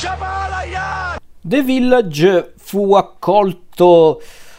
The Village fu accolto,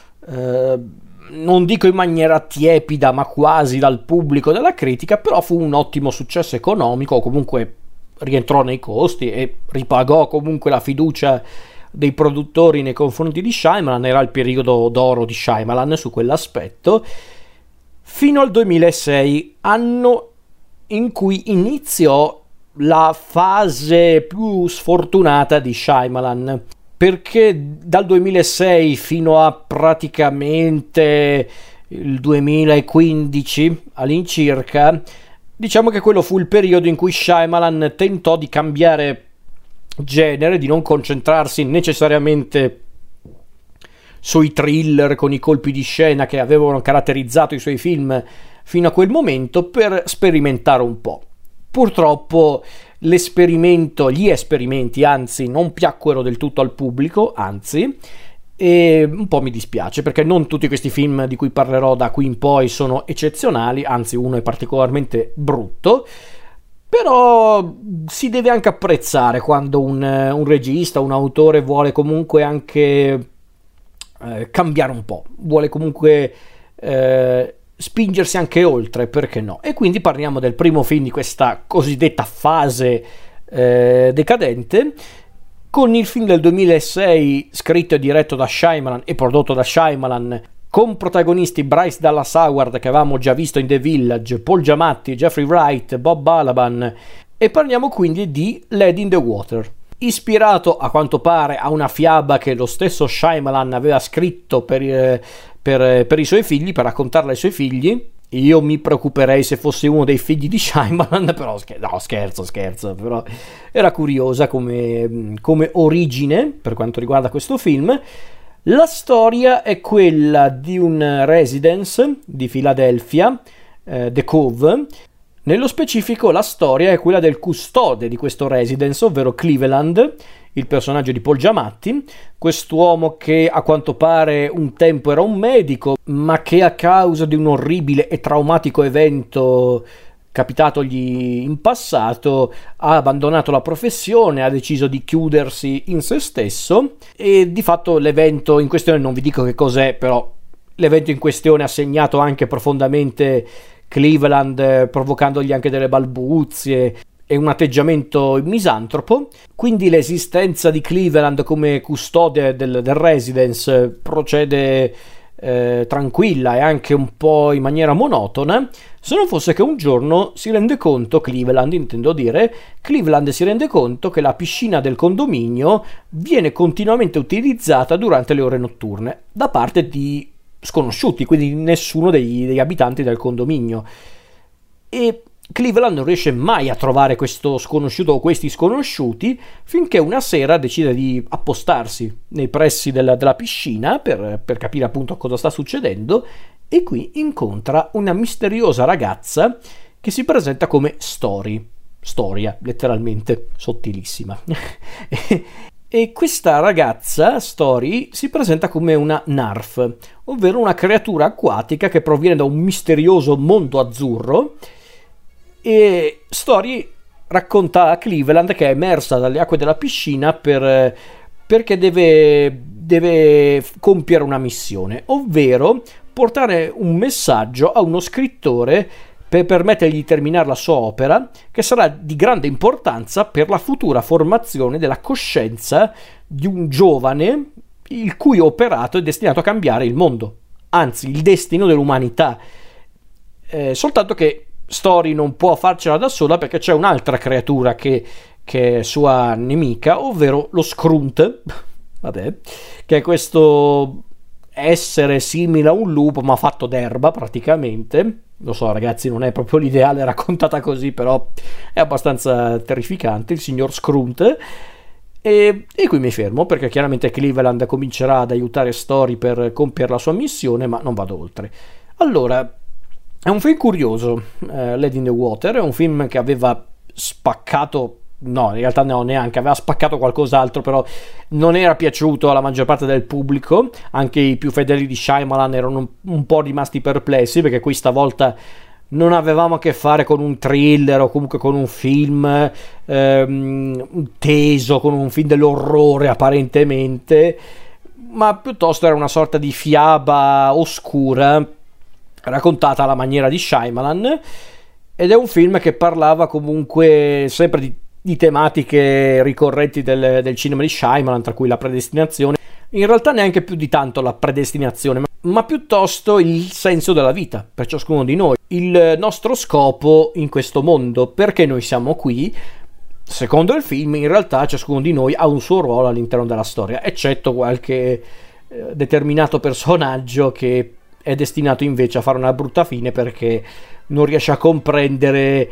non dico in maniera tiepida, ma quasi, dal pubblico e dalla critica, però fu un ottimo successo economico, comunque rientrò nei costi e ripagò comunque la fiducia dei produttori nei confronti di Shyamalan. Era il periodo d'oro di Shyamalan su quell'aspetto, fino al 2006, anno in cui iniziò la fase più sfortunata di Shyamalan, perché dal 2006 fino a praticamente il 2015 all'incirca, diciamo che quello fu il periodo in cui Shyamalan tentò di cambiare genere, di non concentrarsi necessariamente sui thriller con i colpi di scena che avevano caratterizzato i suoi film fino a quel momento, per sperimentare un po'. Purtroppo gli esperimenti anzi non piacquero del tutto al pubblico, anzi, e un po' mi dispiace, perché non tutti questi film di cui parlerò da qui in poi sono eccezionali, anzi uno è particolarmente brutto, però si deve anche apprezzare quando un regista, un autore vuole comunque anche cambiare un po', vuole comunque spingersi anche oltre, perché no? E quindi parliamo del primo film di questa cosiddetta fase decadente, con il film del 2006 scritto e diretto da Shyamalan e prodotto da Shyamalan, con protagonisti Bryce Dallas Howard, che avevamo già visto in The Village, Paul Giamatti, Jeffrey Wright, Bob Balaban, e parliamo quindi di Lady in the Water, ispirato a quanto pare a una fiaba che lo stesso Shyamalan aveva scritto per i suoi figli, per raccontarla ai suoi figli. Io mi preoccuperei se fosse uno dei figli di Shyamalan, però no, scherzo, però era curiosa come origine per quanto riguarda questo film. La storia è quella di un residence di Filadelfia, The Cove. Nello specifico la storia è quella del custode di questo residence, ovvero Cleveland, il personaggio di Paul Giamatti, quest'uomo che a quanto pare un tempo era un medico, ma che a causa di un orribile e traumatico evento capitatogli in passato ha abbandonato la professione, ha deciso di chiudersi in se stesso, e di fatto l'evento in questione, non vi dico che cos'è, però l'evento in questione ha segnato anche profondamente Cleveland, provocandogli anche delle balbuzie e un atteggiamento misantropo. Quindi l'esistenza di Cleveland come custode del residence procede tranquilla e anche un po' in maniera monotona, se non fosse che un giorno si rende conto, Cleveland si rende conto che la piscina del condominio viene continuamente utilizzata durante le ore notturne da parte di sconosciuti, quindi nessuno degli abitanti del condominio, e Cleveland non riesce mai a trovare questo sconosciuto o questi sconosciuti, finché una sera decide di appostarsi nei pressi della piscina per capire appunto cosa sta succedendo, e qui incontra una misteriosa ragazza che si presenta come storia, letteralmente sottilissima. E questa ragazza, Story, si presenta come una Narf, ovvero una creatura acquatica che proviene da un misterioso mondo azzurro, e Story racconta a Cleveland che è emersa dalle acque della piscina perché deve compiere una missione, ovvero portare un messaggio a uno scrittore per permettergli di terminare la sua opera, che sarà di grande importanza per la futura formazione della coscienza di un giovane il cui operato è destinato a cambiare il mondo, anzi il destino dell'umanità. Soltanto che Story non può farcela da sola, perché c'è un'altra creatura che è sua nemica, ovvero lo Skrunt, che è questo essere simile a un lupo ma fatto d'erba praticamente. Lo so ragazzi, non è proprio l'ideale raccontata così, però è abbastanza terrificante, il signor Skrunt. E qui mi fermo, perché chiaramente Cleveland comincerà ad aiutare Story per compiere la sua missione, ma non vado oltre. Allora, è un film curioso, Lady in the Water, è un film che aveva spaccato, no, in realtà no, neanche, aveva spaccato qualcos'altro, però non era piaciuto alla maggior parte del pubblico. Anche i più fedeli di Shyamalan erano un po' rimasti perplessi, perché questa volta non avevamo a che fare con un thriller o comunque con un film teso, con un film dell'orrore apparentemente, ma piuttosto era una sorta di fiaba oscura raccontata alla maniera di Shyamalan, ed è un film che parlava comunque sempre di tematiche ricorrenti del cinema di Shyamalan, tra cui la predestinazione. In realtà neanche più di tanto la predestinazione, ma piuttosto il senso della vita per ciascuno di noi, il nostro scopo in questo mondo, perché noi siamo qui. Secondo il film, in realtà ciascuno di noi ha un suo ruolo all'interno della storia, eccetto qualche determinato personaggio che è destinato invece a fare una brutta fine perché non riesce a comprendere,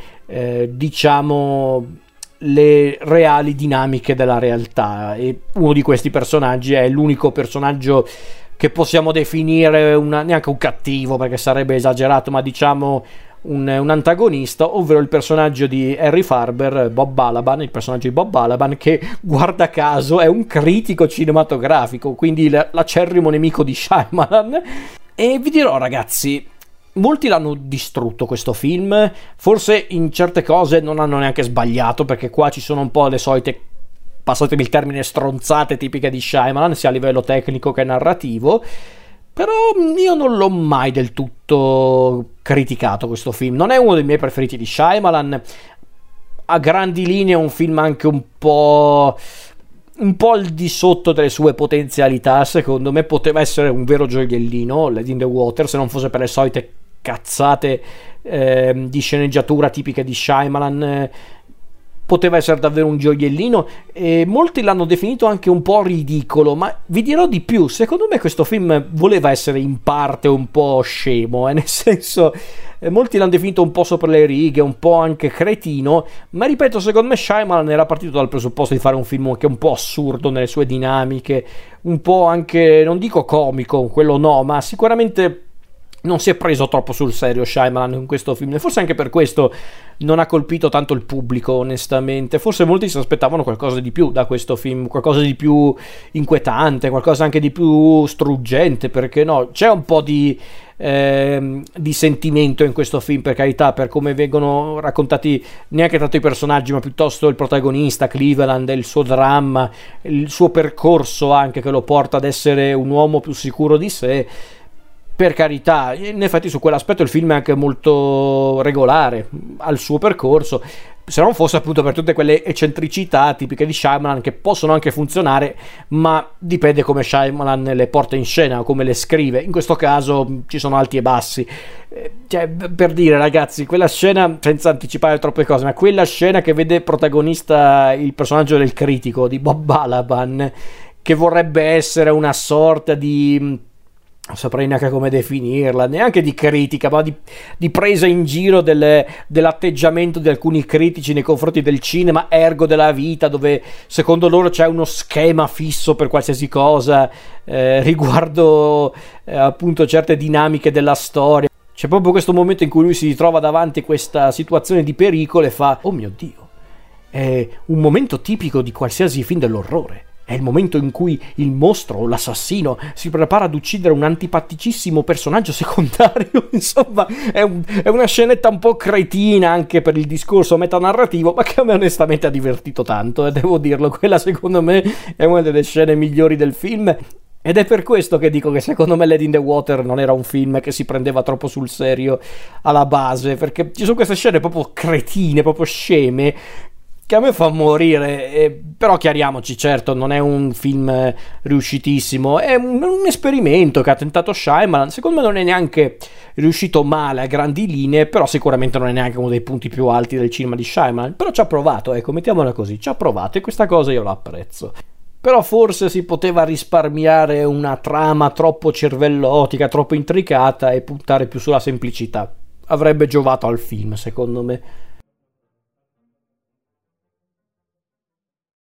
diciamo, le reali dinamiche della realtà. E uno di questi personaggi è l'unico personaggio che possiamo definire neanche un cattivo, perché sarebbe esagerato, ma diciamo un antagonista, ovvero il personaggio di Harry Farber, Bob Balaban, il personaggio di Bob Balaban, che guarda caso è un critico cinematografico, quindi l'acerrimo nemico di Shyamalan. E vi dirò, ragazzi, molti l'hanno distrutto questo film, forse in certe cose non hanno neanche sbagliato, perché qua ci sono un po' le solite, passatemi il termine, stronzate tipiche di Shyamalan, sia a livello tecnico che narrativo. Però io non l'ho mai del tutto criticato questo film, non è uno dei miei preferiti di Shyamalan, a grandi linee è un film anche un po' al di sotto delle sue potenzialità. Secondo me poteva essere un vero gioiellino, Lady in the Water, se non fosse per le solite cazzate di sceneggiatura tipiche di Shyamalan. Poteva essere davvero un gioiellino, e molti l'hanno definito anche un po' ridicolo, ma vi dirò di più, secondo me questo film voleva essere in parte un po' scemo, nel senso, molti l'hanno definito un po' sopra le righe, un po' anche cretino, ma ripeto, secondo me Shyamalan era partito dal presupposto di fare un film anche un po' assurdo nelle sue dinamiche, un po' anche, non dico comico, quello no, ma sicuramente non si è preso troppo sul serio Shyamalan in questo film, e forse anche per questo non ha colpito tanto il pubblico, onestamente. Forse molti si aspettavano qualcosa di più da questo film, qualcosa di più inquietante, qualcosa anche di più struggente, perché no, c'è un po' di sentimento in questo film, per carità, per come vengono raccontati neanche tanto i personaggi, ma piuttosto il protagonista Cleveland, il suo dramma, il suo percorso anche che lo porta ad essere un uomo più sicuro di sé. Per carità, in effetti su quell'aspetto il film è anche molto regolare al suo percorso, se non fosse appunto per tutte quelle eccentricità tipiche di Shyamalan che possono anche funzionare, ma dipende come Shyamalan le porta in scena o come le scrive. In questo caso ci sono alti e bassi, cioè, per dire, ragazzi, quella scena, senza anticipare troppe cose, ma quella scena che vede protagonista il personaggio del critico di Bob Balaban, che vorrebbe essere una sorta di, non saprei neanche come definirla, neanche di critica, ma di presa in giro dell'atteggiamento di alcuni critici nei confronti del cinema, ergo della vita, dove secondo loro c'è uno schema fisso per qualsiasi cosa riguardo appunto certe dinamiche della storia. C'è proprio questo momento in cui lui si ritrova davanti a questa situazione di pericolo e fa: oh mio Dio, è un momento tipico di qualsiasi film dell'orrore. È il momento in cui il mostro o l'assassino si prepara ad uccidere un antipaticissimo personaggio secondario. Insomma, è una scenetta un po' cretina anche per il discorso metanarrativo, ma che a me onestamente ha divertito tanto, devo dirlo. Quella secondo me è una delle scene migliori del film, ed è per questo che dico che secondo me Lady in the Water non era un film che si prendeva troppo sul serio alla base, perché ci sono queste scene proprio cretine, proprio sceme, che a me fa morire. Però chiariamoci, certo, non è un film riuscitissimo, è un esperimento che ha tentato Shyamalan. Secondo me non è neanche riuscito male a grandi linee, però sicuramente non è neanche uno dei punti più alti del cinema di Shyamalan, però ci ha provato, ecco, mettiamola così, ci ha provato, e questa cosa io la apprezzo. Però forse si poteva risparmiare una trama troppo cervellotica, troppo intricata, e puntare più sulla semplicità. Avrebbe giovato al film, secondo me.